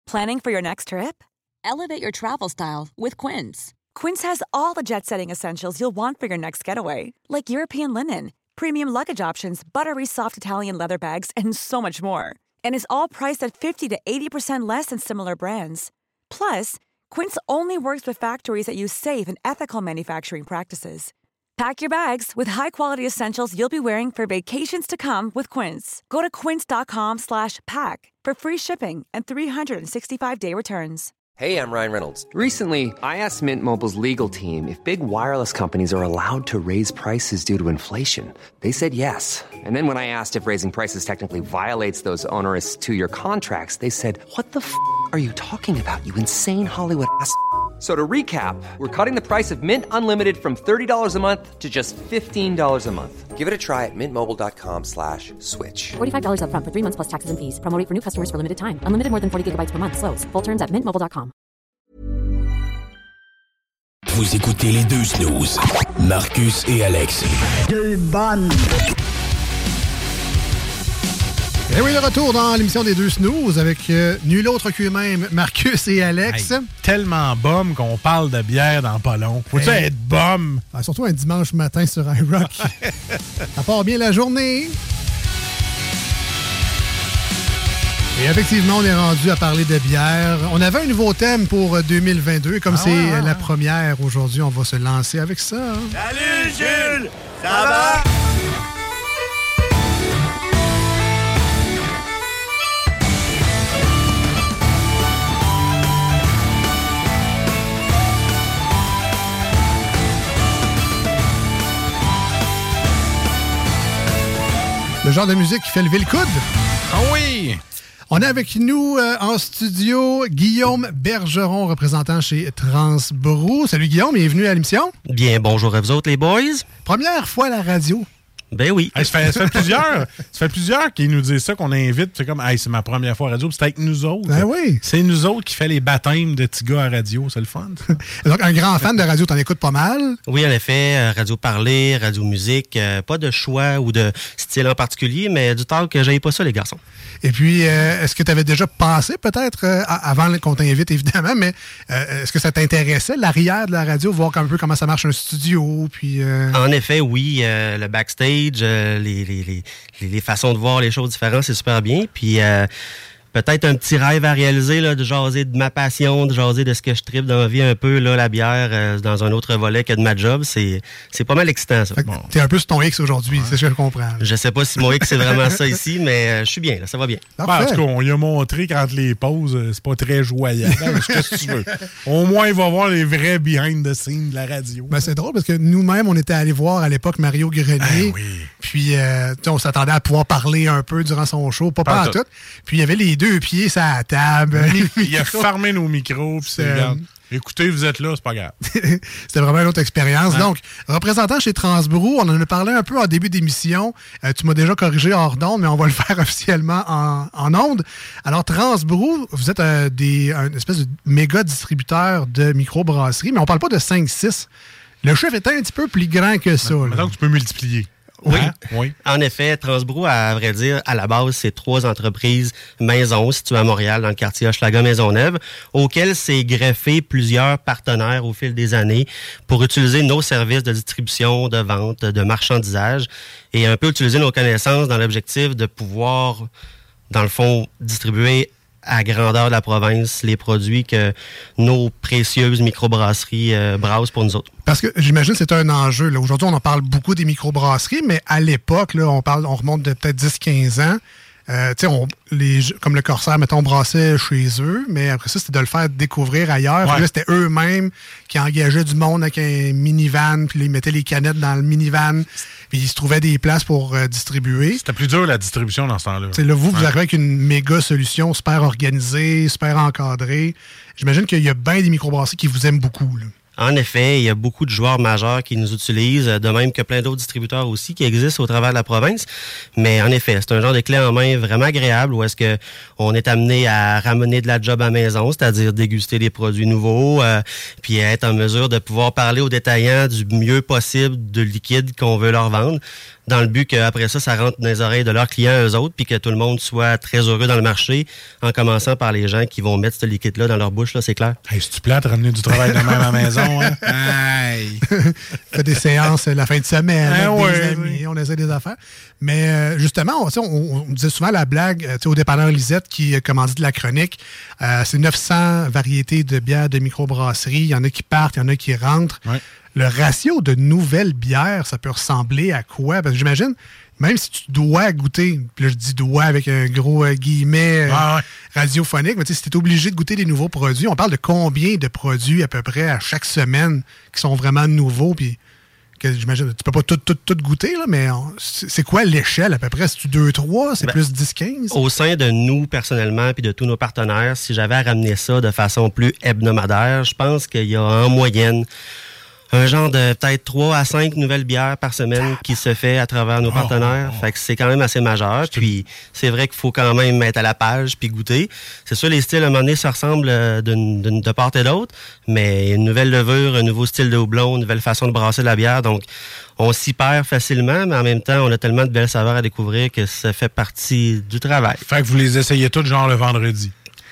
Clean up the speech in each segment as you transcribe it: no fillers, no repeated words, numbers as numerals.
Planning for your next trip? Elevate your travel style with Quince. Quince has all the jet-setting essentials you'll want for your next getaway, like European linen, premium luggage options, buttery soft Italian leather bags, and so much more. And is all priced at 50 to 80% less than similar brands. Plus, Quince only works with factories that use safe and ethical manufacturing practices. Pack your bags with high-quality essentials you'll be wearing for vacations to come with Quince. Go to quince.com/pack for free shipping and 365-day returns. Hey, I'm Ryan Reynolds. Recently, I asked Mint Mobile's legal team if big wireless companies are allowed to raise prices due to inflation. They said yes. And then when I asked if raising prices technically violates those onerous two-year contracts, they said, "What the f*** are you talking about, you insane Hollywood ass?" So to recap, we're cutting the price of Mint Unlimited from $30 a month to just $15 a month. Give it a try at mintmobile.com/switch. $45 up front for 3 months plus taxes and fees. Promo rate for new customers for limited time. Unlimited more than 40 gigabytes per month. Slows full terms at mintmobile.com. Vous écoutez les deux snooze, Marcus et Alex. Deux bonnes. Et oui, le retour dans l'émission des deux snooze avec nul autre qu'eux-mêmes, Marcus et Alex. Hey, tellement bum qu'on parle de bière dans pas long. Faut-tu être bum? Ah, surtout un dimanche matin sur iRock. Ça part bien la journée. Et effectivement, on est rendu à parler de bière. On avait un nouveau thème pour 2022. Comme c'est la première aujourd'hui, on va se lancer avec ça. Hein? Salut Jules! Ça va? Le genre de musique qui fait lever le coude. Ah oui! On est avec nous en studio Guillaume Bergeron, représentant chez Transbrou. Salut Guillaume, bienvenue à l'émission. Bien, bonjour à vous autres les boys. Première fois à la radio. Ben oui. Hey, ça fait plusieurs qui nous disent ça, qu'on invite. C'est comme, hey, c'est ma première fois à radio, puis c'est avec nous autres. Ben oui. C'est nous autres qui fait les baptêmes de petits gars à radio. C'est le fun. Donc, un grand fan de radio, t'en écoutes pas mal? Oui, en effet. Radio parler, radio musique. Pas de choix ou de style en particulier, mais du talk, j'aille pas ça, les garçons. Et puis, est-ce que tu avais déjà pensé, peut-être, avant qu'on t'invite, évidemment, mais est-ce que ça t'intéressait, l'arrière de la radio, voir un peu comment ça marche un studio? Puis, En effet, oui. Le backstage, les façons de voir les choses différentes, c'est super bien. Puis peut-être un petit rêve à réaliser, là, de jaser de ma passion, de jaser de ce que je tripe dans ma vie un peu, là, la bière, dans un autre volet que de ma job. C'est pas mal excitant, ça. Bon. T'es un peu sur ton X aujourd'hui, c'est ce que je comprends. Je sais pas si mon X c'est vraiment ça ici, mais je suis bien, là, ça va bien. Ben, en tout cas, on lui a montré qu'entre les pauses, c'est pas très joyeux. Qu'est-ce que tu veux? Au moins, il va voir les vrais behind the scenes de la radio. Ben, c'est drôle parce que nous-mêmes, on était allés voir à l'époque Mario Grenier. Oui. Puis, on s'attendait à pouvoir parler un peu durant son show, pas en tout. Puis, il y avait les deux pieds sur la table. Il a fermé nos micros. Puis écoutez, vous êtes là, c'est pas grave. C'était vraiment une autre expérience. Ouais. Donc, représentant chez Transbrou, on en a parlé un peu en début d'émission. Tu m'as déjà corrigé hors d'onde, mais on va le faire officiellement en onde. Alors, Transbrou, vous êtes une espèce de méga distributeur de microbrasseries, mais on parle pas de 5-6. Le chiffre est un petit peu plus grand que ça. Maintenant que tu peux multiplier. Oui. Oui, en effet, Transbrou, à vrai dire, à la base, c'est 3 entreprises maison situées à Montréal, dans le quartier Hochelaga-Maisonneuve, auxquelles s'est greffé plusieurs partenaires au fil des années pour utiliser nos services de distribution, de vente, de marchandisage et un peu utiliser nos connaissances dans l'objectif de pouvoir, dans le fond, distribuer à grandeur de la province les produits que nos précieuses microbrasseries brassent pour nous autres. Parce que j'imagine que c'est un enjeu. Là. Aujourd'hui, on en parle beaucoup des microbrasseries, mais à l'époque, là, on remonte de peut-être 10-15 ans. Comme le Corsaire, mettons, on brassait chez eux, mais après ça, c'était de le faire découvrir ailleurs. Ouais. Là, c'était eux-mêmes qui engageaient du monde avec un minivan, puis ils mettaient les canettes dans le minivan, puis ils se trouvaient des places pour distribuer. C'était plus dur, la distribution, dans ce temps-là. Là, vous arrivez avec une méga solution super organisée, super encadrée. J'imagine qu'il y a bien des microbrasseries qui vous aiment beaucoup, là. En effet, il y a beaucoup de joueurs majeurs qui nous utilisent, de même que plein d'autres distributeurs aussi qui existent au travers de la province. Mais en effet, c'est un genre de clé en main vraiment agréable où est-ce que on est amené à ramener de la job à la maison, c'est-à-dire déguster des produits nouveaux, puis être en mesure de pouvoir parler aux détaillants du mieux possible de liquide qu'on veut leur vendre, dans le but qu'après ça rentre dans les oreilles de leurs clients, eux autres, puis que tout le monde soit très heureux dans le marché, en commençant par les gens qui vont mettre ce liquide-là dans leur bouche, là, c'est clair. Hey, c'est-tu plate de ramener du travail de même à la maison, hein? Hey! Fait des séances la fin de semaine, avec des amis, oui. on essaie des affaires. Mais justement, on disait souvent la blague, au dépanneur Lisette qui commandite la chronique, c'est 900 variétés de bières de microbrasserie. Il y en a qui partent, il y en a qui rentrent. Ouais. Le ratio de nouvelles bières, ça peut ressembler à quoi? Parce que j'imagine, même si tu dois goûter, puis là je dis dois avec un gros guillemet radiophonique, mais si tu es obligé de goûter des nouveaux produits, on parle de combien de produits à peu près à chaque semaine qui sont vraiment nouveaux, puis j'imagine, tu peux pas tout goûter, là, mais c'est quoi l'échelle à peu près? C'est-tu 2-3? C'est plus 10-15? Au sein de nous, personnellement, puis de tous nos partenaires, si j'avais à ramener ça de façon plus hebdomadaire, je pense qu'il y a en moyenne un genre de peut-être 3 à 5 nouvelles bières par semaine qui se fait à travers nos partenaires. Fait que c'est quand même assez majeur. Puis c'est vrai qu'il faut quand même être à la page puis goûter. C'est sûr, les styles, à un moment donné, ça ressemble de part et d'autre, mais une nouvelle levure, un nouveau style de houblon, une nouvelle façon de brasser de la bière. Donc, on s'y perd facilement, mais en même temps, on a tellement de belles saveurs à découvrir que ça fait partie du travail. Fait que vous les essayez tous genre le vendredi.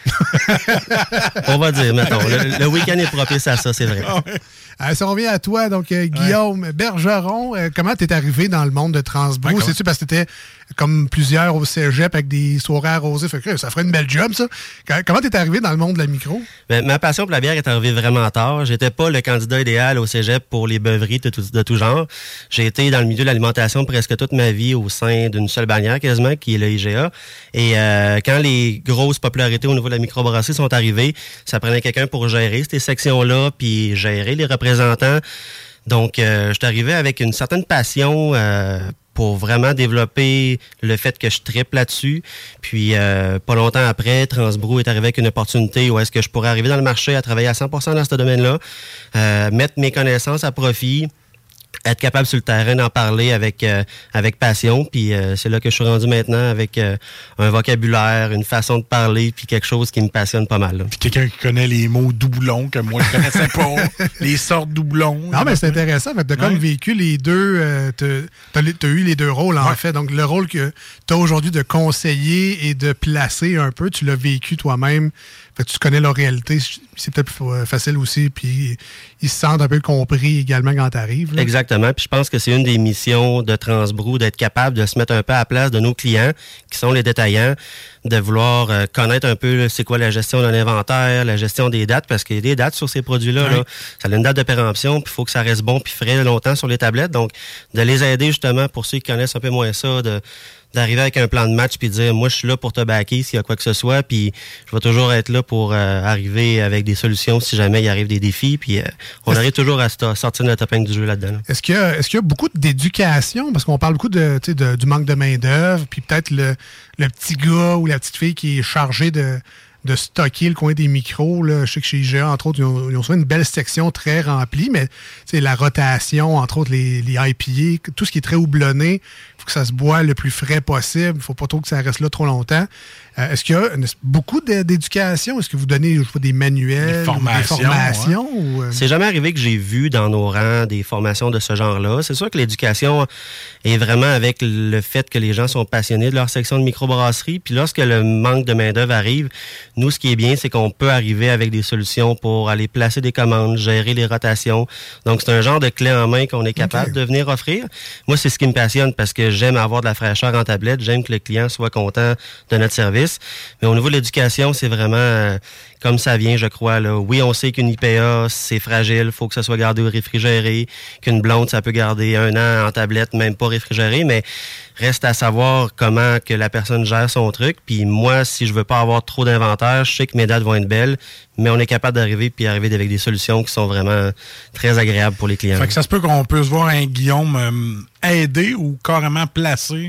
On va dire, mettons. Le week-end est propice à ça, c'est vrai. Si on revient à toi, donc Guillaume Bergeron, comment t'es arrivé dans le monde de Transbrou? C'est-tu parce que t'étais comme plusieurs au cégep avec des soirées arrosées? Fait que ça ferait une belle job, ça. Comment t'es arrivé dans le monde de la micro? Ben, ma passion pour la bière est arrivée vraiment tard. J'étais pas le candidat idéal au cégep pour les beuveries de tout genre. J'ai été dans le milieu de l'alimentation presque toute ma vie au sein d'une seule bannière quasiment, qui est le IGA. Et quand les grosses popularités au niveau de la microbrasserie sont arrivées, ça prenait quelqu'un pour gérer ces sections-là, puis gérer les représentants. Donc, je suis arrivé avec une certaine passion pour vraiment développer le fait que je trippe là-dessus. Puis, pas longtemps après, Transbrou est arrivé avec une opportunité où est-ce que je pourrais arriver dans le marché à travailler à 100% dans ce domaine-là, mettre mes connaissances à profit, être capable sur le terrain d'en parler avec passion. Puis c'est là que je suis rendu maintenant avec un vocabulaire, une façon de parler, puis quelque chose qui me passionne pas mal. Là. Puis quelqu'un qui connaît les mots doublons que moi je connaissais pas, les sortes doublons. Non, mais c'est intéressant. Tu as comme vécu les deux, t'as eu les deux rôles en fait. Donc le rôle que tu as aujourd'hui de conseiller et de placer un peu, tu l'as vécu toi-même. Fait que tu connais leur réalité, c'est peut-être plus facile aussi, puis ils se sentent un peu compris également quand tu arrives. Exactement, puis je pense que c'est une des missions de Transbrou, d'être capable de se mettre un peu à la place de nos clients, qui sont les détaillants, de vouloir connaître un peu c'est quoi la gestion d'un inventaire, la gestion des dates, parce qu'il y a des dates sur ces produits-là. Là. Ça a une date de péremption, puis il faut que ça reste bon puis frais longtemps sur les tablettes. Donc, de les aider justement, pour ceux qui connaissent un peu moins ça, d'arriver avec un plan de match puis de dire moi je suis là pour te backer s'il y a quoi que ce soit, puis je vais toujours être là pour arriver avec des solutions si jamais il arrive des défis, puis on arrive toujours à sortir notre épingle du jeu là-dedans. Là. Est-ce qu'il y a beaucoup d'éducation, parce qu'on parle beaucoup du manque de main-d'œuvre, puis peut-être le petit gars ou la petite fille qui est chargé de stocker le coin des micros. Là. Je sais que chez IGA, entre autres, ils ont souvent une belle section très remplie, mais la rotation, entre autres, les IPA, tout ce qui est très houblonné, il faut que ça se boit le plus frais possible. Il ne faut pas trop que ça reste là trop longtemps. Est-ce qu'il y a beaucoup d'éducation? Est-ce que vous donnez des manuels, des formations? Ou... C'est jamais arrivé que j'ai vu dans nos rangs des formations de ce genre-là. C'est sûr que l'éducation est vraiment avec le fait que les gens sont passionnés de leur section de microbrasserie. Puis lorsque le manque de main-d'œuvre arrive, nous, ce qui est bien, c'est qu'on peut arriver avec des solutions pour aller placer des commandes, gérer les rotations. Donc, c'est un genre de clé en main qu'on est capable de venir offrir. Moi, c'est ce qui me passionne parce que j'aime avoir de la fraîcheur en tablette. J'aime que le client soit content de notre service. Mais au niveau de l'éducation, c'est vraiment comme ça vient, je crois. Là. Oui, on sait qu'une IPA, c'est fragile, il faut que ça soit gardé au réfrigéré, qu'une blonde, ça peut garder 1 an en tablette, même pas réfrigéré, mais reste à savoir comment que la personne gère son truc. Puis moi, si je veux pas avoir trop d'inventaire, je sais que mes dates vont être belles, mais on est capable d'arriver avec des solutions qui sont vraiment très agréables pour les clients. Fait que ça se peut qu'on puisse voir un Guillaume aider ou carrément placer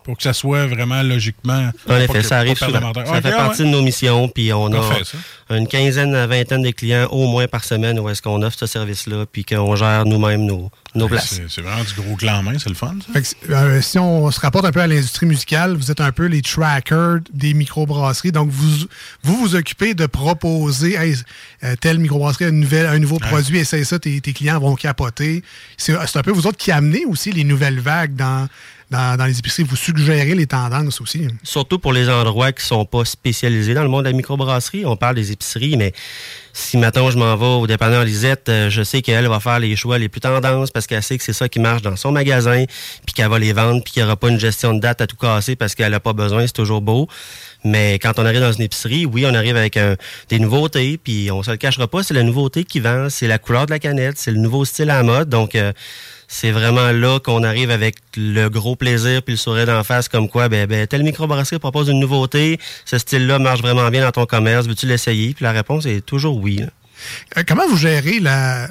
pour que ça soit vraiment logiquement... En effet, ça arrive souvent. Ça fait partie de nos missions, puis on a une quinzaine à vingtaine de clients au moins par semaine où est-ce qu'on offre ce service-là, puis qu'on gère nous-mêmes nos places. C'est vraiment du gros clan en main, c'est le fun, ça? Fait que, si on se rapporte un peu à l'industrie musicale, vous êtes un peu les trackers des microbrasseries, donc vous occupez de proposer telle microbrasserie a un nouveau produit, essaye ça, tes clients vont capoter. C'est un peu vous autres qui amenez aussi les nouvelles vagues dans les épiceries. Vous suggérez les tendances aussi. Surtout pour les endroits qui ne sont pas spécialisés dans le monde de la microbrasserie. On parle des épiceries, mais si, maintenant je m'en vais au dépanneur Lisette, je sais qu'elle va faire les choix les plus tendances parce qu'elle sait que c'est ça qui marche dans son magasin, puis qu'elle va les vendre, puis qu'il n'y aura pas une gestion de date à tout casser parce qu'elle n'a pas besoin, c'est toujours beau. Mais quand on arrive dans une épicerie, oui, on arrive avec des nouveautés, puis on se le cachera pas, c'est la nouveauté qui vend, c'est la couleur de la canette, c'est le nouveau style à la mode, donc... c'est vraiment là qu'on arrive avec le gros plaisir puis le sourire d'en face, comme quoi, telle microbrasserie propose une nouveauté, ce style-là marche vraiment bien dans ton commerce, veux-tu l'essayer? Puis la réponse est toujours oui. Comment vous gérez la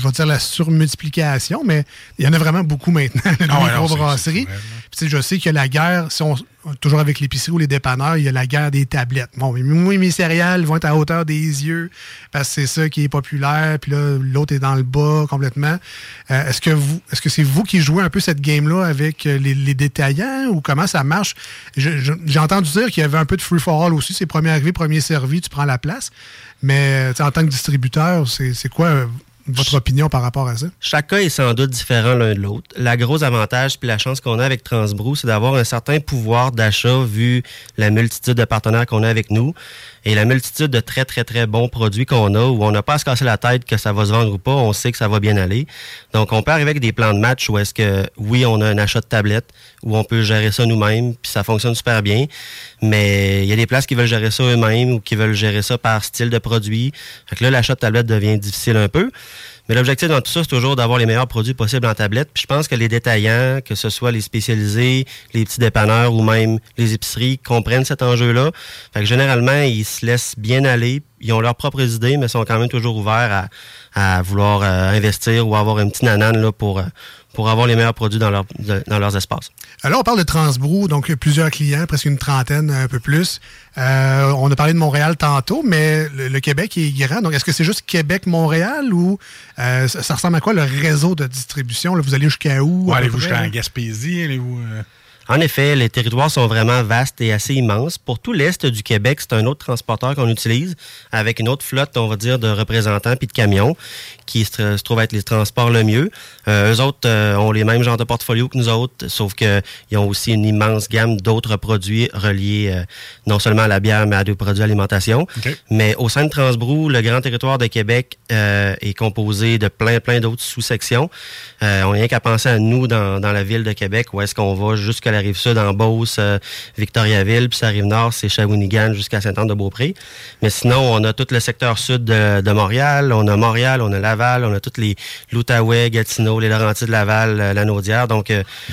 surmultiplication, mais il y en a vraiment beaucoup maintenant, de microbrasseries. Je sais qu'il y a la guerre, toujours avec l'épicerie ou les dépanneurs, il y a la guerre des tablettes. Bon, mes céréales vont être à hauteur des yeux parce que c'est ça qui est populaire, puis là, l'autre est dans le bas complètement. Est-ce que c'est vous qui jouez un peu cette game-là avec les détaillants ou comment ça marche? J'ai entendu dire qu'il y avait un peu de free-for-all aussi, c'est premier arrivé, premier servi, tu prends la place. Mais en tant que distributeur, c'est quoi votre opinion par rapport à ça? Chaque cas est sans doute différent l'un de l'autre. La grosse avantage puis la chance qu'on a avec Transbrou, c'est d'avoir un certain pouvoir d'achat vu la multitude de partenaires qu'on a avec nous et la multitude de très, très, très bons produits qu'on a où on n'a pas à se casser la tête que ça va se vendre ou pas. On sait que ça va bien aller. Donc, on peut arriver avec des plans de match où est-ce que, oui, on a un achat de tablette où on peut gérer ça nous-mêmes puis ça fonctionne super bien. Mais il y a des places qui veulent gérer ça eux-mêmes ou qui veulent gérer ça par style de produit. Fait que là, l'achat de tablette devient difficile un peu. Mais l'objectif dans tout ça, c'est toujours d'avoir les meilleurs produits possibles en tablette. Puis je pense que les détaillants, que ce soit les spécialisés, les petits dépanneurs ou même les épiceries, comprennent cet enjeu-là. Fait que généralement, ils se laissent bien aller. Ils ont leurs propres idées, mais sont quand même toujours ouverts à vouloir investir ou avoir un petit nanane là, pour avoir les meilleurs produits dans leurs espaces. Alors, on parle de Transbrou, donc plusieurs clients, presque une trentaine, un peu plus. On a parlé de Montréal tantôt, mais le Québec est grand. Donc, est-ce que c'est juste Québec-Montréal ou ça ressemble à quoi le réseau de distribution? Là, vous allez jusqu'à où? Allez-vous jusqu'à Gaspésie? Allez-vous... En effet, les territoires sont vraiment vastes et assez immenses. Pour tout l'Est du Québec, c'est un autre transporteur qu'on utilise avec une autre flotte, on va dire, de représentants puis de camions qui se trouvent être les transports le mieux. Eux autres ont les mêmes genres de portfolio que nous autres, sauf qu'ils ont aussi une immense gamme d'autres produits reliés non seulement à la bière, mais à d'autres produits d'alimentation. Okay. Mais au sein de Transbrou, le grand territoire de Québec est composé de plein d'autres sous-sections. On n'a rien qu'à penser à nous dans la ville de Québec, où est-ce qu'on va jusqu'à la Rive-Sud, en Beauce, Victoriaville, puis ça Rive-Nord, c'est Shawinigan jusqu'à Sainte-Anne-de-Beaupré. Mais sinon, on a tout le secteur sud de Montréal, on a Laval, on a toutes les l'Outaouais, Gatineau, les Laurentides de Laval, la Naudière. Donc,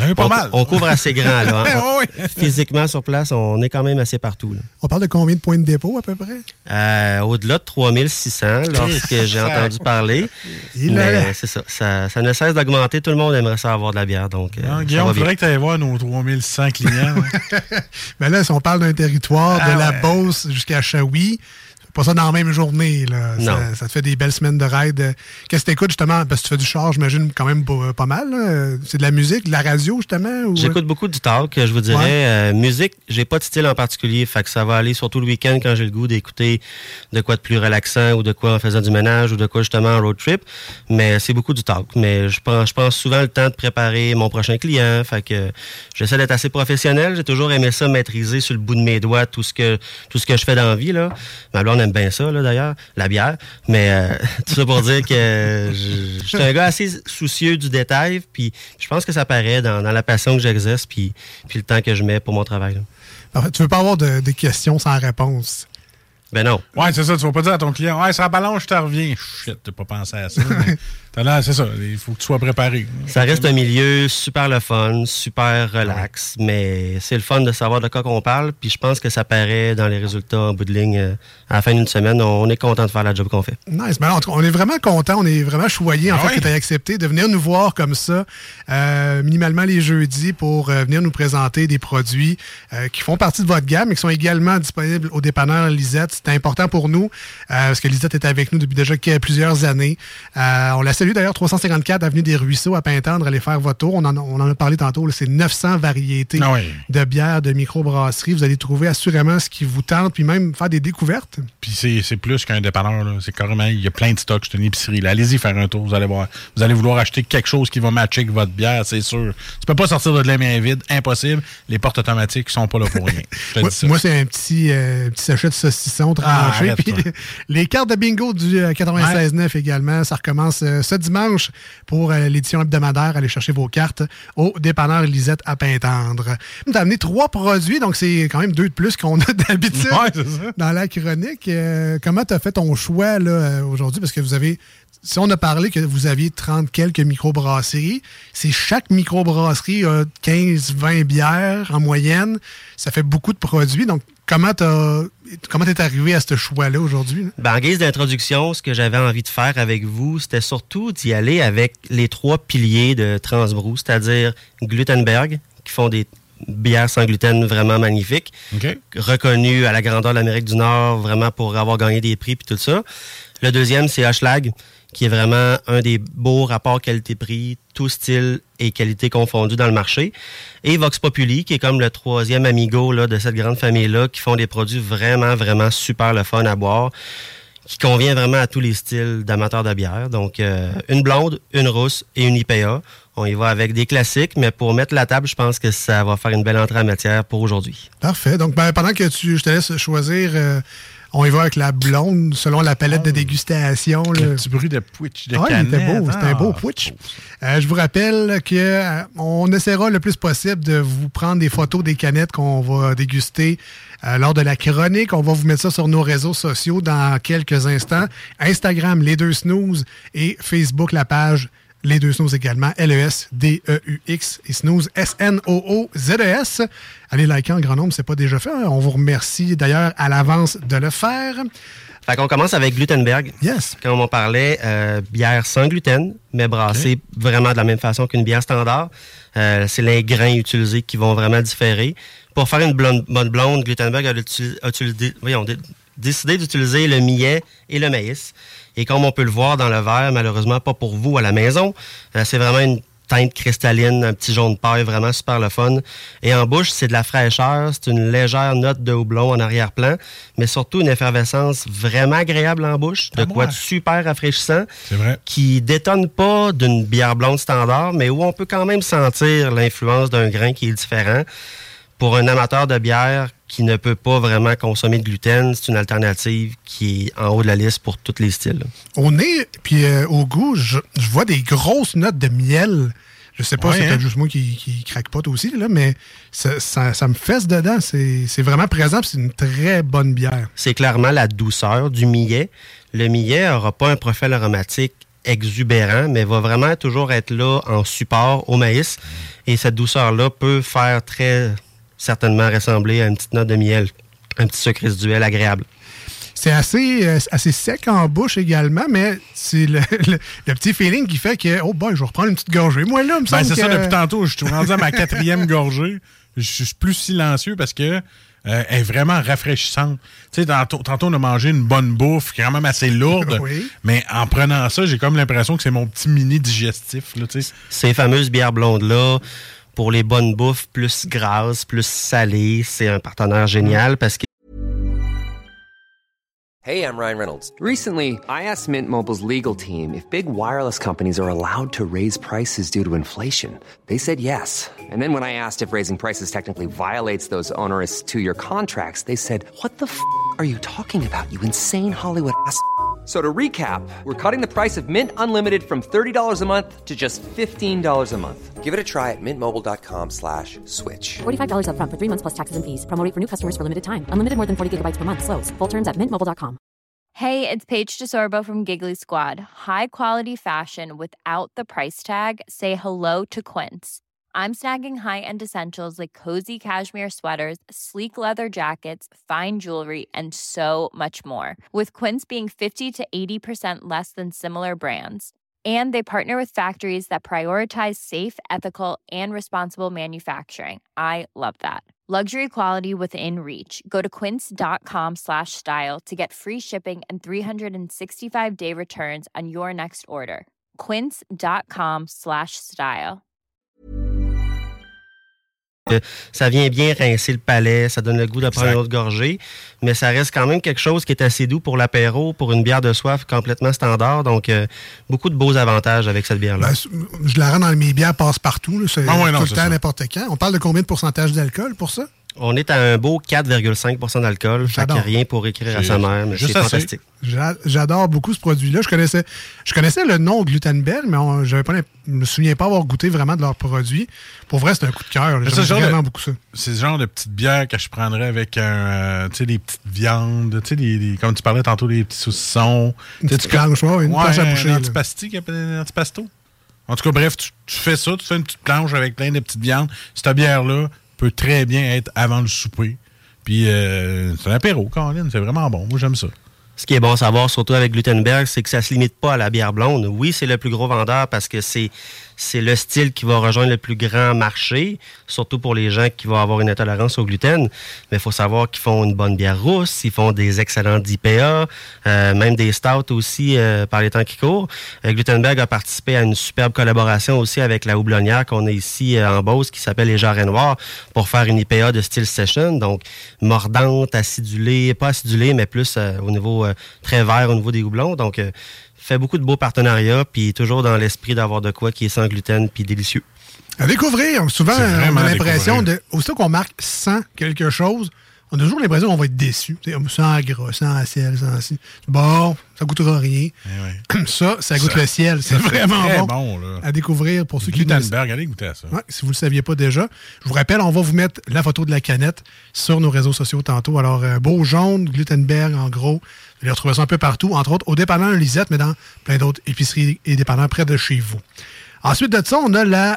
on couvre assez grand. Là, hein. Physiquement, sur place, on est quand même assez partout. Là. On parle de combien de points de dépôt, à peu près? Au-delà de 3600, lorsque j'ai entendu parler. Mais c'est ça. Ça ne cesse d'augmenter. Tout le monde aimerait ça avoir de la bière. Donc, Guillaume, il faudrait que tu ailles voir nos 3100 clients. Mais là, si on parle d'un territoire de la Beauce jusqu'à Shawi, pas ça dans la même journée. Là. Ça te fait des belles semaines de ride. Qu'est-ce que tu écoutes, justement? Parce que tu fais du char, j'imagine, quand même pas mal. Là. C'est de la musique, de la radio, justement? Ou... J'écoute beaucoup du talk, je vous dirais. Musique, j'ai pas de style en particulier. Fait que ça va aller surtout le week-end quand j'ai le goût d'écouter de quoi de plus relaxant ou de quoi en faisant du ménage ou de quoi, justement, en road trip. Mais c'est beaucoup du talk. Mais je prends souvent le temps de préparer mon prochain client. Fait que j'essaie d'être assez professionnel. J'ai toujours aimé ça, maîtriser sur le bout de mes doigts tout ce que je fais dans la vie, là. Ma blonde aime bien ça, là, d'ailleurs, la bière. Mais tout ça pour dire que je suis un gars assez soucieux du détail, puis je pense que ça paraît dans la passion que j'exerce, puis le temps que je mets pour mon travail. En fait, tu veux pas avoir des questions sans réponse? Ben non. Ouais, c'est ça. Tu vas pas dire à ton client, ouais, ça balance, je te reviens. Shit, t'as pas pensé à ça. C'est ça. Il faut que tu sois préparé. Ça reste un milieu super le fun, super relax, mais c'est le fun de savoir de quoi qu'on parle. Puis je pense que ça paraît dans les résultats en bout de ligne. À la fin d'une semaine, on est content de faire la job qu'on fait. Nice. Ben, en tout cas, on est vraiment content, on est vraiment choyés que tu aies accepté de venir nous voir comme ça, minimalement les jeudis, pour venir nous présenter des produits qui font partie de votre gamme, mais qui sont également disponibles au dépanneur Lisette. C'est important pour nous, parce que Lisette est avec nous depuis déjà plusieurs années. On la salue d'ailleurs, 354 Avenue des Ruisseaux à Pintendre, allez faire votre tour. On en a parlé tantôt, là, c'est 900 variétés de bières, de microbrasserie. Vous allez trouver assurément ce qui vous tente, puis même faire des découvertes. Puis c'est plus qu'un dépanneur, là. C'est carrément, il y a plein de stocks, c'est une épicerie. Là. Allez-y faire un tour, vous allez voir. Vous allez vouloir acheter quelque chose qui va matcher avec votre bière, c'est sûr. Tu peux pas sortir de la main vide, impossible. Les portes automatiques sont pas là pour rien. Moi, c'est un petit sachet de saucisson tranché. Puis les cartes de bingo du 96.9 également, ça recommence ce dimanche pour l'édition hebdomadaire. Allez chercher vos cartes au dépanneur Lisette à Pintendre. Tu as amené 3 produits, donc c'est quand même 2 de plus qu'on a d'habitude dans la chronique. Comment tu as fait ton choix là, aujourd'hui? Parce que vous avez... Si on a parlé que vous aviez 30 quelques microbrasseries, c'est chaque microbrasserie a 15-20 bières en moyenne. Ça fait beaucoup de produits. Donc, comment t'es arrivé à ce choix-là aujourd'hui? Ben, en guise d'introduction, ce que j'avais envie de faire avec vous, c'était surtout d'y aller avec les 3 piliers de Transbrou, c'est-à-dire Glutenberg, qui font des bières sans gluten vraiment magnifiques, reconnues à la grandeur de l'Amérique du Nord, vraiment pour avoir gagné des prix puis tout ça. Le deuxième, c'est Hochelag, qui est vraiment un des beaux rapports qualité-prix, tout style et qualité confondus dans le marché. Et Vox Populi, qui est comme le 3e amigo là, de cette grande famille-là, qui font des produits vraiment, vraiment super le fun à boire, qui convient vraiment à tous les styles d'amateurs de bière. Donc, une blonde, une rousse et une IPA. On y va avec des classiques, mais pour mettre la table, je pense que ça va faire une belle entrée en matière pour aujourd'hui. Parfait. Donc, pendant que je te laisse choisir... on y va avec la blonde, selon la palette de dégustation. Le petit bruit de Pwitch de canette. Il était beau, c'était un beau Pwitch. Je vous rappelle qu'on essaiera le plus possible de vous prendre des photos des canettes qu'on va déguster lors de la chronique. On va vous mettre ça sur nos réseaux sociaux dans quelques instants. Instagram, Les Deux Snooze, et Facebook, la page Les Deux Snooze également, LESDEUX et Snooze, SNOOZES. Allez liker en grand nombre, c'est pas déjà fait. On vous remercie d'ailleurs à l'avance de le faire. Fait qu'on commence avec Glutenberg. Yes. Comme on parlait, bière sans gluten, mais brassée vraiment de la même façon qu'une bière standard. C'est les grains utilisés qui vont vraiment différer. Pour faire une bonne blonde, Glutenberg a décidé d'utiliser le millet et le maïs. Et comme on peut le voir dans le verre, malheureusement pas pour vous à la maison, c'est vraiment une teinte cristalline, un petit jaune paille, vraiment super le fun. Et en bouche, c'est de la fraîcheur, c'est une légère note de houblon en arrière-plan, mais surtout une effervescence vraiment agréable en bouche, de quoi de super rafraîchissant, qui détonne pas d'une bière blonde standard, mais où on peut quand même sentir l'influence d'un grain qui est différent. Pour un amateur de bière qui ne peut pas vraiment consommer de gluten, c'est une alternative qui est en haut de la liste pour tous les styles. Au nez, puis au goût, je vois des grosses notes de miel. Je sais pas, c'est peut-être juste moi qui craque pas aussi, là, mais ça me fesse dedans. C'est vraiment présent, c'est une très bonne bière. C'est clairement la douceur du millet. Le millet n'aura pas un profil aromatique exubérant, mais va vraiment toujours être là en support au maïs. Et cette douceur-là peut faire très certainement ressembler à une petite note de miel, un petit sucre résiduel agréable. C'est assez sec en bouche également, mais c'est le petit feeling qui fait que, oh boy, je vais reprendre une petite gorgée. Moi, là, c'est ça, depuis tantôt, je suis rendu à ma 4e gorgée. Je suis plus silencieux parce que elle est vraiment rafraîchissante. Tu sais, tantôt, on a mangé une bonne bouffe, quand même assez lourde, mais en prenant ça, j'ai comme l'impression que c'est mon petit mini digestif. Là, ces fameuses bières blondes-là, pour les bonnes bouffes plus grasses, plus salées, c'est un partenaire génial parce que Hey, I'm Ryan Reynolds. Recently, I asked Mint Mobile's legal team if big wireless companies are allowed to raise prices due to inflation. They said yes. And then when I asked if raising prices technically violates those onerous two-year contracts, they said, "What the f*** are you talking about, you insane Hollywood ass?" So to recap, we're cutting the price of Mint Unlimited from $30 a month to just $15 a month. Give it a try at mintmobile.com/switch. $45 up front for 3 months plus taxes and fees. Promo rate for new customers for limited time. Unlimited more than 40 gigabytes per month. Slows full terms at mintmobile.com. Hey, it's Paige DeSorbo from Giggly Squad. High quality fashion without the price tag. Say hello to Quince. I'm snagging high-end essentials like cozy cashmere sweaters, sleek leather jackets, fine jewelry, and so much more. With Quince being 50 to 80% less than similar brands. And they partner with factories that prioritize safe, ethical, and responsible manufacturing. I love that. Luxury quality within reach. Go to quince.com/style to get free shipping and 365-day returns on your next order. Quince.com/style. Ça vient bien rincer le palais, ça donne le goût de prendre une autre gorgée, mais ça reste quand même quelque chose qui est assez doux pour l'apéro, pour une bière de soif complètement standard. Donc, beaucoup de beaux avantages avec cette bière-là. Ben, je la rends dans mes bières passe-partout. C'est tout le temps, n'importe quand. On parle de combien de pourcentage d'alcool pour ça? On est à un beau 4,5% d'alcool. Fait qu'il n'y a rien pour écrire à sa mère, mais c'est fantastique. J'adore beaucoup ce produit-là. Je connaissais le nom Glutenberg, mais je ne me souviens pas avoir goûté vraiment de leurs produits. Pour vrai, c'est un coup de cœur. J'aime vraiment beaucoup ça. C'est le genre de petite bière que je prendrais avec des petites viandes, comme tu parlais tantôt, des petits saucissons. Une petite planche, une planche à boucher. Un antipasto. En tout cas, bref, tu fais ça, tu fais une petite planche avec plein de petites viandes. Cette bière-là peut très bien être avant le souper. Puis c'est un apéro, Colin, c'est vraiment bon. Moi, j'aime ça. Ce qui est bon à savoir, surtout avec Glutenberg, c'est que ça se limite pas à la bière blonde. Oui, c'est le plus gros vendeur parce que c'est le style qui va rejoindre le plus grand marché, surtout pour les gens qui vont avoir une intolérance au gluten. Mais il faut savoir qu'ils font une bonne bière rousse, ils font des excellents IPA, même des stouts aussi par les temps qui courent. Glutenberg a participé à une superbe collaboration aussi avec la houblonnière qu'on a ici en Beauce qui s'appelle Les Jarrets Noirs pour faire une IPA de style session, donc mordante, acidulée, pas acidulée, mais plus au niveau très vert au niveau des houblons. Donc, fait beaucoup de beaux partenariats, puis toujours dans l'esprit d'avoir de quoi qui est sans gluten, puis délicieux. À découvrir. Souvent, on a l'impression aussitôt qu'on marque sans quelque chose, on a toujours l'impression qu'on va être déçu. Sans gras, sans sel, sans ci. Bon, ça goûtera rien. Ça goûte le ciel. C'est vraiment bon là. À découvrir pour ceux qui Glutenberg, allez goûter à ça. Ouais, si vous ne le saviez pas déjà. Je vous rappelle, on va vous mettre la photo de la canette sur nos réseaux sociaux tantôt. Alors, beau jaune, Glutenberg, en gros. Vous allez retrouver ça un peu partout, entre autres au dépanneur Lisette, mais dans plein d'autres épiceries et dépanneurs près de chez vous. Ensuite de ça, on a la...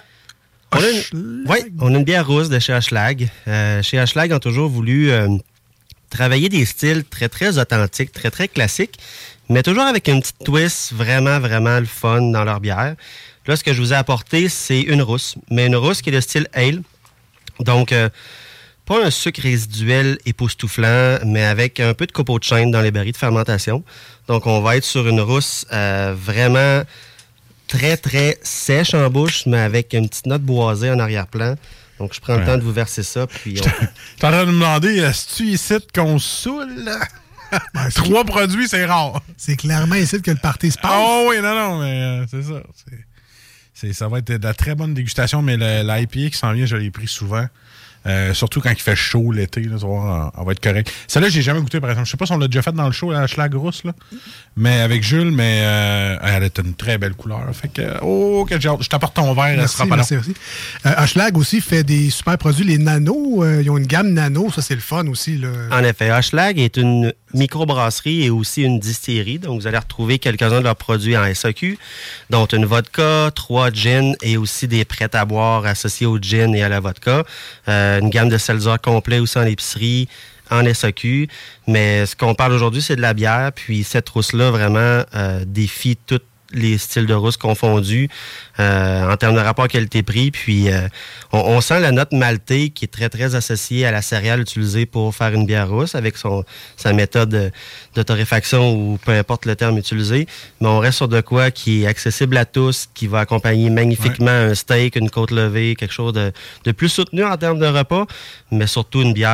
on a une bière rousse de chez Hochelag. Chez Hochelag, on a toujours voulu travailler des styles très, très authentiques, très, très classiques, mais toujours avec une petite twist vraiment, vraiment le fun dans leur bière. Là, ce que je vous ai apporté, c'est une rousse, mais une rousse qui est de style ale. Donc, pas un sucre résiduel époustouflant, mais avec un peu de copeaux de chêne dans les barils de fermentation. Donc, on va être sur une rousse vraiment très, très sèche en bouche, mais avec une petite note boisée en arrière-plan. Donc, je prends le temps de vous verser ça. Puis T'es en train de me demander, est-ce-tu ici qu'on saoule? Ben, 3 produits, c'est rare. C'est clairement ici que le party se passe. Oh oui, non, mais c'est ça. Ça va être de la très bonne dégustation, mais l'IPA qui s'en vient, je l'ai pris souvent. Surtout quand il fait chaud l'été, là, on va être correct. Celle-là, j'ai jamais goûté, par exemple. Je sais pas si on l'a déjà fait dans le show, la Hochelag rousse, là. Mais avec Jules, mais elle a une très belle couleur. Fait que, quel genre. Je t'apporte ton verre, elle sera pas long. Merci. Hochelag aussi fait des super produits, les nanos. Ils ont une gamme nano, ça c'est le fun aussi, là. En effet, Hochelag est une microbrasserie et aussi une distillerie. Donc, vous allez retrouver quelques-uns de leurs produits en SAQ, dont une vodka, 3 gins et aussi des prêts à boire associés au gin et à la vodka. Une gamme de seltzer complet aussi en épicerie, en SAQ. Mais ce qu'on parle aujourd'hui, c'est de la bière. Puis cette rousse-là, vraiment, défie tous les styles de rousse confondus en termes de rapport qualité-prix. Puis on sent la note maltée qui est très, très associée à la céréale utilisée pour faire une bière rousse avec sa méthode de torréfaction ou peu importe le terme utilisé. Mais on reste sur de quoi qui est accessible à tous, qui va accompagner magnifiquement un steak, une côte levée, quelque chose de plus soutenu en termes de repas, mais surtout une bière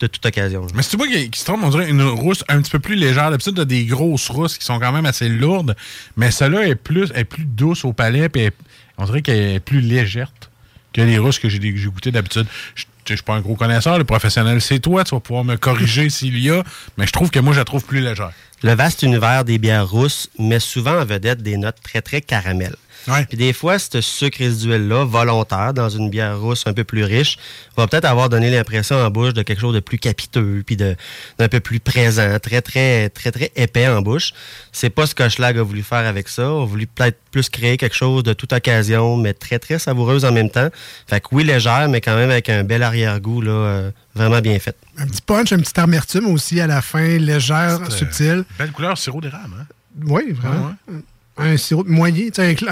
de toute occasion. Mais c'est moi qui se trompe, on dirait une rousse un petit peu plus légère. D'habitude, t'as des grosses rousses qui sont quand même assez lourdes, mais celle-là est plus douce au palais, puis on dirait qu'elle est plus légère que les rousses que j'ai goûtées d'habitude. Je suis pas un gros connaisseur, le professionnel, c'est toi, tu vas pouvoir me corriger s'il y a, mais je trouve que moi, je la trouve plus légère. Le vaste univers des bières rousses met souvent en vedette des notes très, très caramel. Ouais. Puis des fois, ce sucre résiduel-là, volontaire, dans une bière rousse un peu plus riche, va peut-être avoir donné l'impression en bouche de quelque chose de plus capiteux, puis d'un peu plus présent, très, très, très, très épais en bouche. C'est pas ce que Schlag a voulu faire avec ça. On a voulu peut-être plus créer quelque chose de toute occasion, mais très, très savoureuse en même temps. Fait que oui, légère, mais quand même avec un bel arrière-goût, là, vraiment bien fait. Un petit punch, un petit amertume aussi à la fin, légère, subtile. Belle couleur sirop d'érable, hein? Oui, vraiment. Ouais. Un sirop moyen,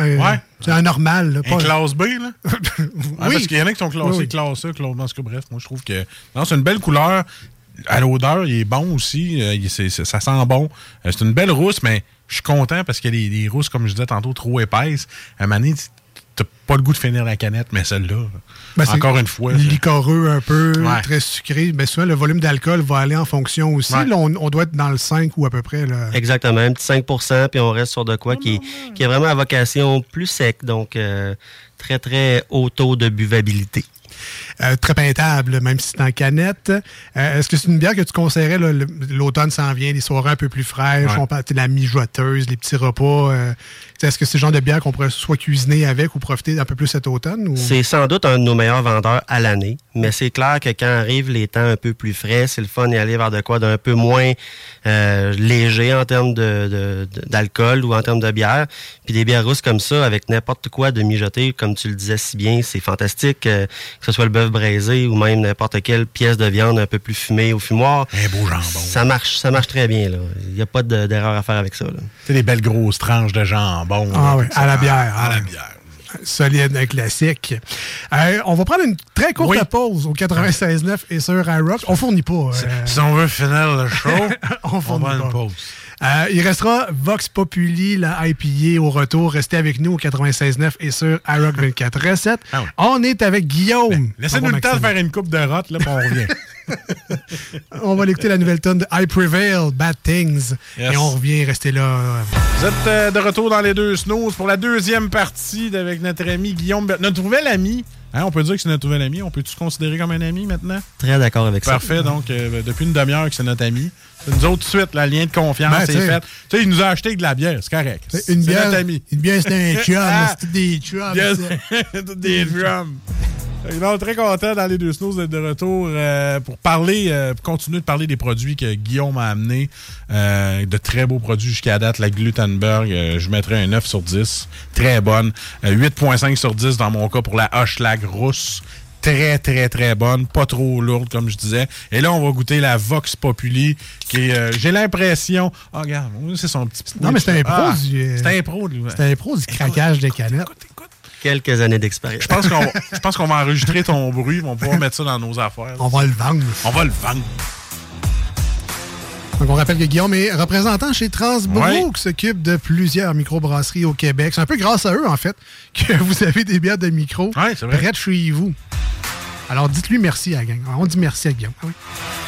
un normal. Là, pas... Un classe B, là? Oui. Parce qu'il y en a qui sont classés classe A, classe A, bref. Moi, je trouve que... Non, c'est une belle couleur. À l'odeur, il est bon aussi. Ça sent bon. C'est une belle rousse, mais je suis content parce qu'il y a des rousses, comme je disais tantôt, trop épaisses. À un moment donné, t'as pas le goût de finir la canette, mais celle-là, encore une fois. Licoreux un peu, très sucré. Ben, souvent, le volume d'alcool va aller en fonction aussi. Ouais. Là, on doit être dans le 5 ou à peu près. Là. Exactement, un petit 5%, puis on reste sur de quoi qui est vraiment à vocation plus sec, donc très, très haut taux de buvabilité. Très peintable, même si c'est en canette. Est-ce que c'est une bière que tu conseillerais? Là, l'automne s'en vient, les soirées un peu plus fraîches, on parle de la mijoteuse, les petits repas. Est-ce que c'est le genre de bière qu'on pourrait soit cuisiner avec ou profiter un peu plus cet automne? Ou... C'est sans doute un de nos meilleurs vendeurs à l'année, mais c'est clair que quand arrivent les temps un peu plus frais, c'est le fun d'y aller vers de quoi d'un peu moins léger en termes d'alcool ou en termes de bière. Puis des bières rousses comme ça, avec n'importe quoi de mijoté, comme tu le disais si bien, c'est fantastique. Que ce soit le bœuf braisé ou même n'importe quelle pièce de viande un peu plus fumée au fumoir. Un beau jambon. Ça marche très bien. Il n'y a pas d'erreur à faire avec ça. C'est des belles grosses tranches de jambon. Ah oui, à la bière. À la bière. Solide, un classique. On va prendre une très courte pause au 96.9 et sur iRock. On fournit pas. Si on veut finir le show, on fournit va pas. Une pause. Il restera Vox Populi, la IPA au retour. Restez avec nous au 96.9 et sur iRock 24.7. Ah oui. On est avec Guillaume. Laissez-nous le temps de faire une coupe de rotte, là, puis on revient. On va écouter la nouvelle tonne de I Prevail, Bad Things. Yes. Et on revient, restez là. Vous êtes de retour dans les deux snooze pour la deuxième partie avec notre ami Guillaume. Notre nouvel ami. Hein, on peut dire que c'est notre nouvel ami. On peut-tu se considérer comme un ami maintenant? Très d'accord avec ça. Parfait. Donc, depuis une demi-heure que c'est notre ami. C'est nous autres, tout de suite, le lien de confiance est fait. Tu sais, il nous a acheté de la bière. C'est correct. C'est notre ami. Une bière, c'est un chum. C'est des chums. Yes. C'est des chums. Donc, très content dans les deux snooze d'être de retour pour parler, pour continuer de parler des produits que Guillaume a amenés. De très beaux produits jusqu'à date. La Glutenberg, je mettrais un 9 sur 10. Très bonne. 8.5 sur 10 dans mon cas pour la Schlag rousse. Très, très, très bonne. Pas trop lourde, comme je disais. Et là, on va goûter la Vox Populi, qui est, j'ai l'impression... Oh, regarde, c'est son petit... Non, mais c'est un pro du... C'est un pro, lui. C'est un pro du craquage des canettes. Écoute. Quelques années d'expérience. Je pense qu'on va enregistrer ton bruit. On va pouvoir mettre ça dans nos affaires. On va le vendre. On va le vendre. Donc, on rappelle que Guillaume est représentant chez Transbrou, qui s'occupe de plusieurs microbrasseries au Québec. C'est un peu grâce à eux, en fait, que vous avez des bières de micro près de chez vous. Alors, dites-lui merci à la gang. On dit merci à Guillaume. Oui.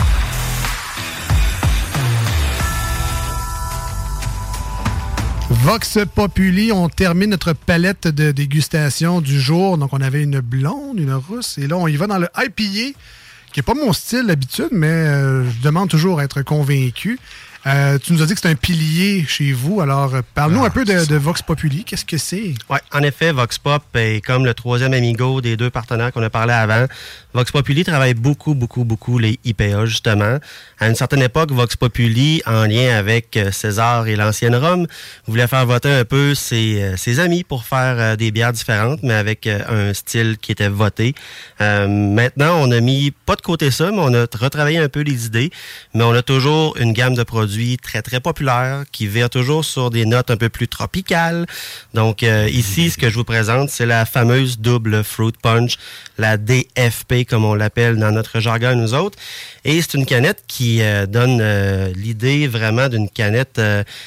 Vox Populi, on termine notre palette de dégustation du jour. Donc, on avait une blonde, une rousse, et là, on y va dans le IPA, qui n'est pas mon style d'habitude, mais je demande toujours à être convaincu. Tu nous as dit que c'est un pilier chez vous. Alors, parle-nous un peu de Vox Populi. Qu'est-ce que c'est? Oui, en effet, Vox Pop est comme le troisième amigo des deux partenaires qu'on a parlé avant. Vox Populi travaille beaucoup les IPA, justement. À une certaine époque, Vox Populi, en lien avec César et l'ancienne Rome, voulait faire voter un peu ses amis pour faire des bières différentes, mais avec un style qui était voté. Maintenant, on a mis pas de côté ça, mais on a retravaillé un peu les idées, mais on a toujours une gamme de produits très, très populaire qui vire toujours sur des notes un peu plus tropicales. Donc, ici, ce que je vous présente, c'est la fameuse double Fruit Punch, la DFP, comme on l'appelle dans notre jargon, nous autres. Et c'est une canette qui donne l'idée vraiment d'une canette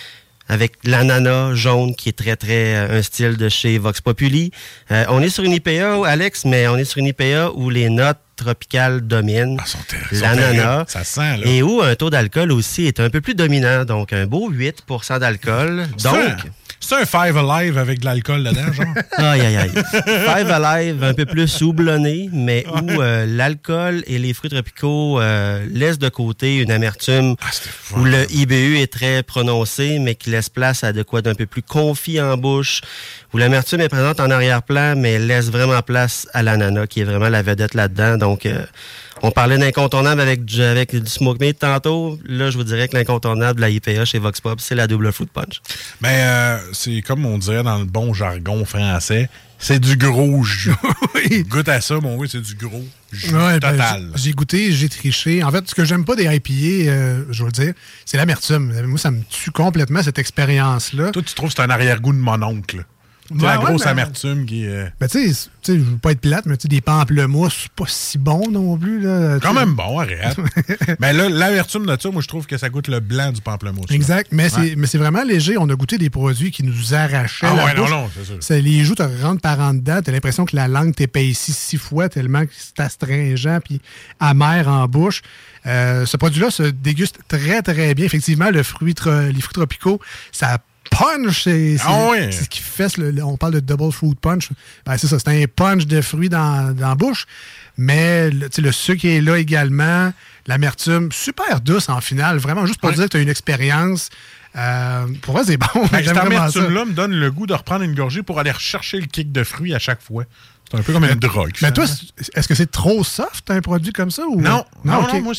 avec l'ananas jaune qui est très, très un style de chez Vox Populi. On est sur une IPA, Alex, mais on est sur une IPA où les notes tropicales dominent. L'ananas. Ça sent, là. Et où un taux d'alcool aussi est un peu plus dominant, donc un beau 8% d'alcool. C'est un Five Alive avec de l'alcool dedans, genre? Aïe, aïe, aïe. Five Alive, un peu plus houblonné, mais où l'alcool et les fruits tropicaux laissent de côté une amertume où le IBU est très prononcé, mais qui laisse place à de quoi d'un peu plus confit en bouche, où l'amertume est présente en arrière-plan, mais laisse vraiment place à l'ananas, qui est vraiment la vedette là-dedans. Donc, on parlait d'incontournable avec du Smoke Meat tantôt. Là, je vous dirais que l'incontournable de la IPA chez Vox Pop, c'est la Double Fruit Punch. Ben, c'est comme on dirait dans le bon jargon français, c'est du gros jus. Oui. Goûte à ça, mon oui, c'est du gros jus total. J'ai goûté, j'ai triché. En fait, ce que j'aime pas des IPA, je veux le dire, c'est l'amertume. Moi, ça me tue complètement, cette expérience-là. Toi, tu trouves que c'est un arrière-goût de mon oncle? La grosse amertume qui est... Ben, tu sais, je veux pas être plate, mais des pamplemousses, c'est pas si bon non plus. Là, quand même bon, arrête. Mais là, l'amertume de ça, moi, je trouve que ça goûte le blanc du pamplemousse. Exact, mais c'est vraiment léger. On a goûté des produits qui nous arrachaient la bouche. Non, c'est sûr. Les joues te rentrent par en dedans. T'as l'impression que la langue t'épaissit 6 fois tellement que c'est astringent puis amer en bouche. Ce produit-là se déguste très, très bien. Effectivement, les fruits tropicaux, ça punch, c'est ce qui fait, on parle de double fruit punch. Ben, c'est ça, c'est un punch de fruits dans la bouche, mais le sucre est là également, l'amertume, super douce en finale, vraiment, juste pour dire que tu as une expérience. Pour moi, c'est bon. Ben, cette amertume-là me donne le goût de reprendre une gorgée pour aller rechercher le kick de fruits à chaque fois. C'est un peu comme une drogue. Mais toi, est-ce que c'est trop soft, un produit comme ça? Ou... Non, moi,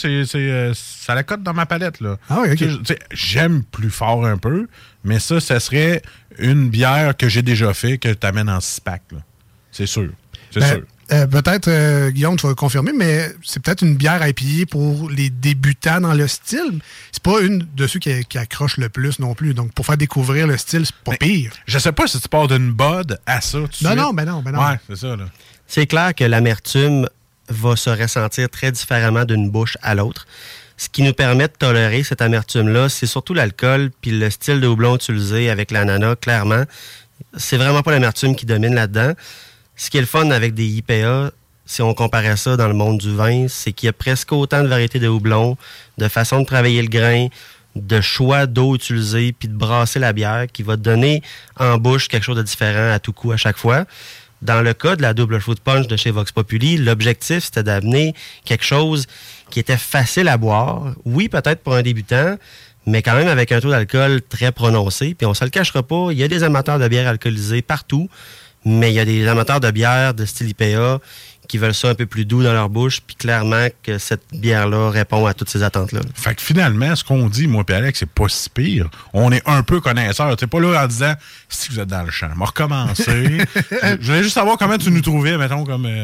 ça la cote dans ma palette. Là. Ah oui, OK. J'aime plus fort un peu, mais ça serait une bière que j'ai déjà fait que tu amènes en 6-pack. C'est sûr. C'est sûr. Peut-être, Guillaume, tu vas confirmer, mais c'est peut-être une bière IPA pour les débutants dans le style. C'est pas une de ceux qui accroche le plus non plus. Donc, pour faire découvrir le style, c'est pas pire. Je sais pas si tu pars d'une Bud à ça. Non. Ouais, c'est ça. Là. C'est clair que l'amertume va se ressentir très différemment d'une bouche à l'autre. Ce qui nous permet de tolérer cette amertume-là, c'est surtout l'alcool puis le style de houblon utilisé avec l'ananas, clairement. C'est vraiment pas l'amertume qui domine là-dedans. Ce qui est le fun avec des IPA, si on comparait ça dans le monde du vin, c'est qu'il y a presque autant de variétés de houblon, de façon de travailler le grain, de choix d'eau utilisée, puis de brasser la bière qui va te donner en bouche quelque chose de différent à tout coup à chaque fois. Dans le cas de la Double Fruit Punch de chez Vox Populi, l'objectif, c'était d'amener quelque chose qui était facile à boire. Oui, peut-être pour un débutant, mais quand même avec un taux d'alcool très prononcé. Puis on se le cachera pas, il y a des amateurs de bière alcoolisée partout, mais il y a des amateurs de bière de style IPA qui veulent ça un peu plus doux dans leur bouche, puis clairement que cette bière-là répond à toutes ces attentes-là. Fait que finalement, ce qu'on dit, moi et Alex, c'est pas si pire. On est un peu connaisseurs. T'es pas là en disant « Si vous êtes dans le champ, on va recommencer. » Je voulais juste savoir comment tu nous trouvais, mettons,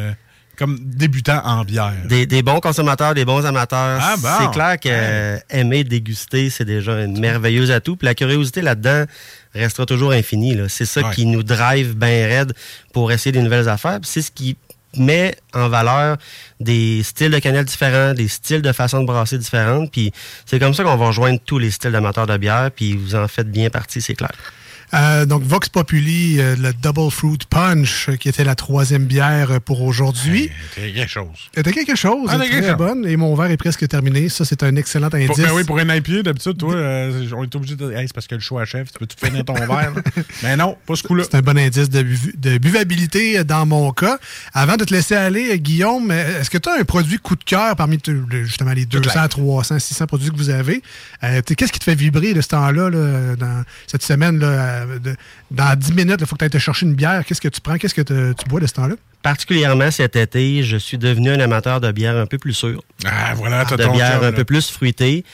comme débutant en bière. Des bons consommateurs, des bons amateurs. Ah bon. C'est clair que aimer déguster, c'est déjà un merveilleux atout. Puis la curiosité là-dedans restera toujours infinie. Là. C'est ça qui nous drive bien raide pour essayer des nouvelles affaires. Puis c'est ce qui met en valeur des styles de cannelle différents, des styles de façon de brasser différentes. Puis c'est comme ça qu'on va rejoindre tous les styles d'amateurs de bière. Puis vous en faites bien partie, c'est clair. Donc, Vox Populi, le Double Fruit Punch, qui était la 3e bière pour aujourd'hui. C'était quelque chose. C'était quelque chose. Très bonne. Et mon verre est presque terminé. Ça, c'est un excellent indice. Pour un IPA, d'habitude, toi, on est obligé de dire c'est parce que le choix à chef, tu peux tout finir ton verre. Mais non, pas ce coup-là. C'est un bon indice de buvabilité dans mon cas. Avant de te laisser aller, Guillaume, est-ce que tu as un produit coup de cœur parmi justement les 200, 300, 600 produits que vous avez? Qu'est-ce qui te fait vibrer de ce temps-là, dans cette semaine, là, dans 10 minutes, il faut que tu ailles te chercher une bière. Qu'est-ce que tu prends? Qu'est-ce que tu bois de ce temps-là? Particulièrement cet été, je suis devenu un amateur de bière un peu plus sûre. Ah, voilà, de bière un peu plus fruitée.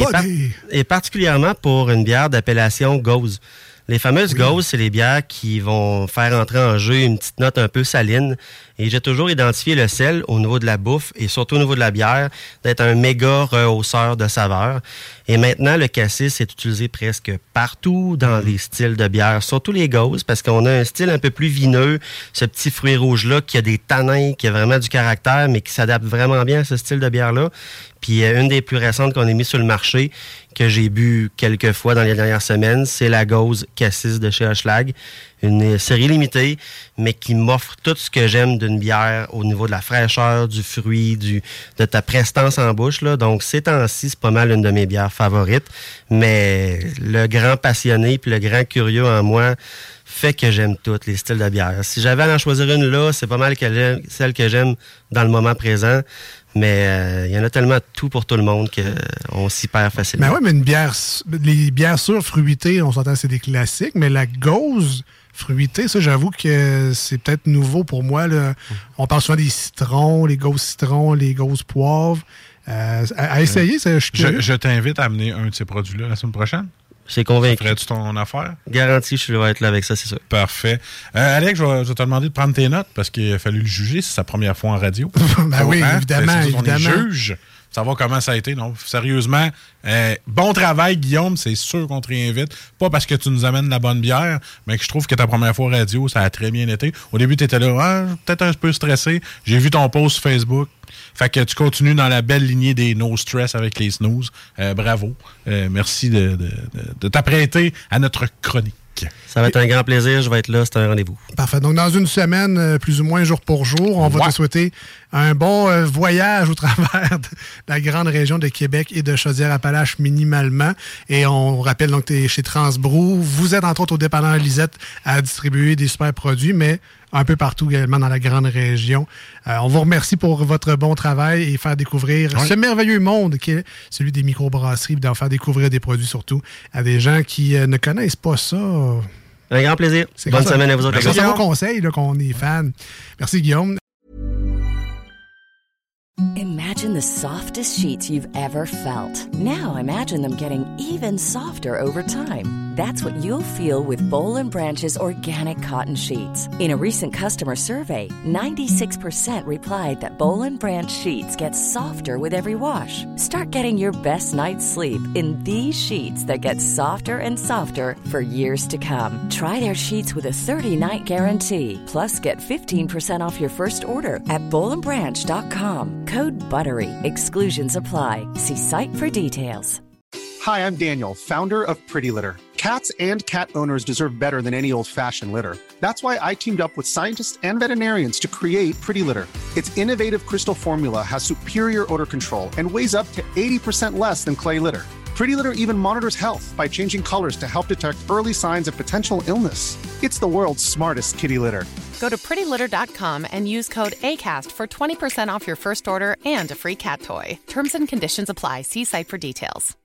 Et particulièrement pour une bière d'appellation Gose. Les fameuses Gose, c'est les bières qui vont faire entrer en jeu une petite note un peu saline. Et j'ai toujours identifié le sel au niveau de la bouffe et surtout au niveau de la bière d'être un méga rehausseur de saveur. Et maintenant, le cassis est utilisé presque partout dans les styles de bière, surtout les gauzes, parce qu'on a un style un peu plus vineux, ce petit fruit rouge-là qui a des tanins, qui a vraiment du caractère, mais qui s'adapte vraiment bien à ce style de bière-là. Puis une des plus récentes qu'on a mis sur le marché, que j'ai bu quelques fois dans les dernières semaines, c'est la Gauze Cassis de chez Hochelag. Une série limitée, mais qui m'offre tout ce que j'aime d'une bière au niveau de la fraîcheur, du fruit, de ta prestance en bouche, là. Donc, ces temps-ci, c'est pas mal une de mes bières favorites. Mais le grand passionné puis le grand curieux en moi fait que j'aime tous les styles de bière. Si j'avais à en choisir une là, c'est pas mal celle que j'aime dans le moment présent. Mais il y en a tellement tout pour tout le monde qu'on s'y perd facilement. Ben oui, mais les bières sûres fruitées, on s'entend, c'est des classiques, mais la Gauze fruitée, ça, j'avoue que c'est peut-être nouveau pour moi, là. On parle souvent des citrons, les Gauzes citrons, les Gauzes poivres. À essayer, ça, je t'invite à amener un de ces produits-là la semaine prochaine. C'est convaincu. Ferais-tu ton affaire? Garanti, je vais être là avec ça, c'est sûr. Parfait. Alex, je vais te demander de prendre tes notes parce qu'il a fallu le juger. C'est sa première fois en radio. Ben oui, évidemment. On est juge. Savoir comment ça a été. Non, sérieusement, bon travail, Guillaume. C'est sûr qu'on te réinvite. Pas parce que tu nous amènes la bonne bière, mais que je trouve que ta première fois radio, ça a très bien été. Au début, tu étais là, peut-être un peu stressé. J'ai vu ton post sur Facebook. Fait que tu continues dans la belle lignée des no stress avec les snooze. Bravo. Merci de t'apprêter à notre chronique. Ça va être un grand plaisir. Je vais être là. C'est un rendez-vous. Parfait. Donc, dans une semaine, plus ou moins jour pour jour, on va te souhaiter un bon voyage au travers de la grande région de Québec et de Chaudière-Appalaches minimalement. Et on rappelle donc que tu es chez Transbrou. Vous êtes entre autres au dépanneur Lisette à distribuer des super produits, mais un peu partout également dans la grande région. On vous remercie pour votre bon travail et faire découvrir ce merveilleux monde qui est celui des microbrasseries, d'en faire découvrir des produits surtout à des gens qui ne connaissent pas ça. Un grand plaisir. Bonne semaine à vous autres. C'est un bon conseil là, qu'on est fan. Merci Guillaume. Imagine the softest sheets you've ever felt. Now imagine them getting even softer over time. That's what you'll feel with Boll & Branch's organic cotton sheets. In a recent customer survey, 96% replied that Boll & Branch sheets get softer with every wash. Start getting your best night's sleep in these sheets that get softer and softer for years to come. Try their sheets with a 30-night guarantee. Plus, get 15% off your first order at bollandbranch.com. Code BUTTERY. Exclusions apply. See site for details. Hi, I'm Daniel, founder of Pretty Litter. Cats and cat owners deserve better than any old-fashioned litter. That's why I teamed up with scientists and veterinarians to create Pretty Litter. Its innovative crystal formula has superior odor control and weighs up to 80% less than clay litter. Pretty Litter even monitors health by changing colors to help detect early signs of potential illness. It's the world's smartest kitty litter. Go to prettylitter.com and use code ACAST for 20% off your first order and a free cat toy. Terms and conditions apply. See site for details.